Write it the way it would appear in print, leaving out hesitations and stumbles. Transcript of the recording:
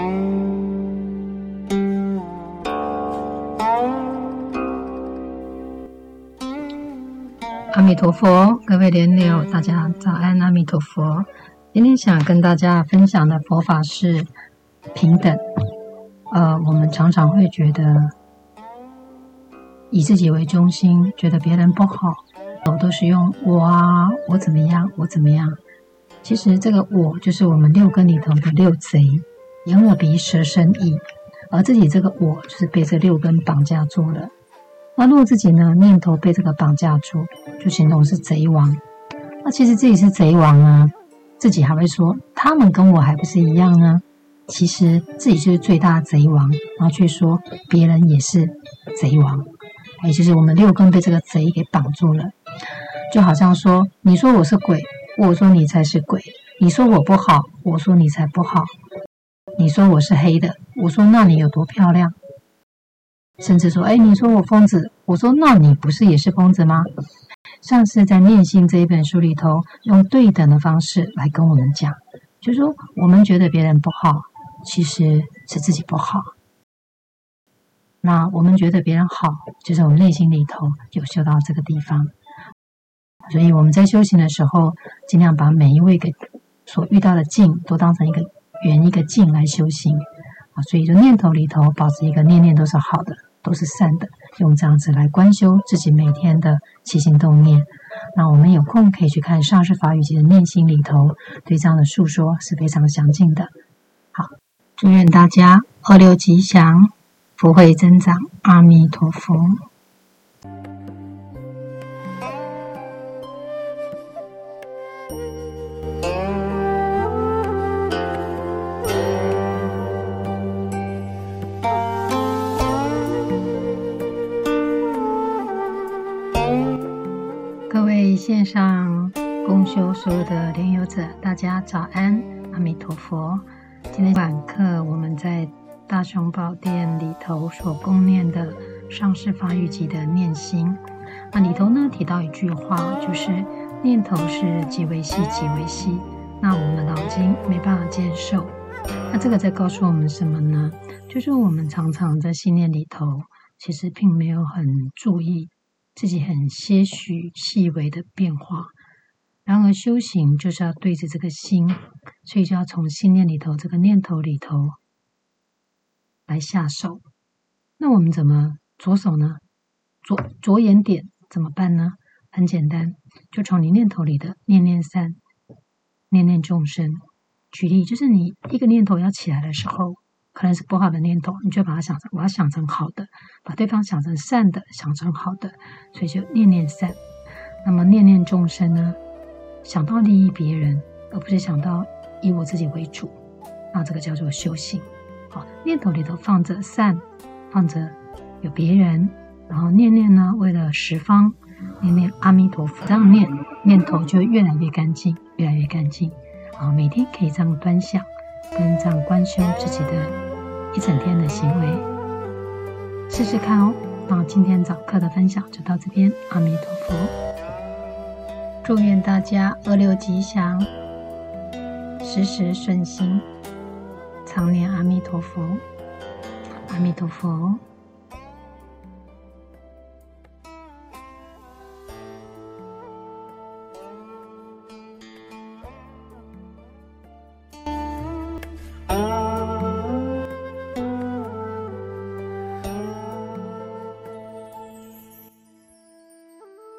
阿弥陀佛，各位莲友，大家早安，阿弥陀佛。今天想跟大家分享的佛法是平等。我们常常会觉得以自己为中心，觉得别人不好，都是用我啊，我怎么样，我怎么样。其实这个我就是我们六根里头的六贼，眼耳鼻舌身意，而自己这个我就是被这六根绑架住了。那如果自己呢，念头被这个绑架住，就形容是贼王。那其实自己是贼王啊，自己还会说他们跟我还不是一样呢。其实自己就是最大的贼王，然后却说别人也是贼王，也就是我们六根被这个贼给绑住了。就好像说，你说我是鬼，我说你才是鬼；你说我不好，我说你才不好；你说我是黑的，我说那你有多漂亮。甚至说，你说我疯子，我说那你不是也是疯子吗？上次在念心这一本书里头，用对等的方式来跟我们讲，就是说我们觉得别人不好，其实是自己不好。那我们觉得别人好，就是我们内心里头有修到这个地方。所以我们在修行的时候，尽量把每一位所遇到的境都当成一个缘一个境来修行。所以就念头里头保持一个念念都是好的，都是善的，用这样子来观修自己每天的起心动念。那我们有空可以去看上师法语集的念心里头，对这样的述说是非常详尽的。好，祝愿大家26吉祥，福慧增长，阿弥陀佛。各位线上共修所有的莲友者，大家早安，阿弥陀佛。今天晚课我们在大雄宝殿里头所共念的上师法语集的念心，那里头呢提到一句话，就是念头是即为系即为系，那我们脑筋没办法接受。那这个在告诉我们什么呢？就是我们常常在信念里头其实并没有很注意自己很些许细微的变化，然而修行就是要对着这个心，所以就要从信念里头这个念头里头来下手。那我们怎么着手呢？着眼点怎么办呢？很简单，就从你念头里的念念善，念念众生。举例就是你一个念头要起来的时候，可能是不好的念头，你就把它想成，我要想成好的，把对方想成善的，想成好的，所以就念念善。那么念念众生呢，想到利益别人，而不是想到以我自己为主，那这个叫做修行。好，念头里头放着善，放着有别人，然后念念呢，为了十方，念念阿弥陀佛，这样念头就越来越干净，越来越干净。好，每天可以这样端详，跟这样观修自己的一整天的行为，试试看哦。那今天早课的分享就到这边，阿弥陀佛。祝愿大家26吉祥，时时顺心，常念阿弥陀佛，阿弥陀佛。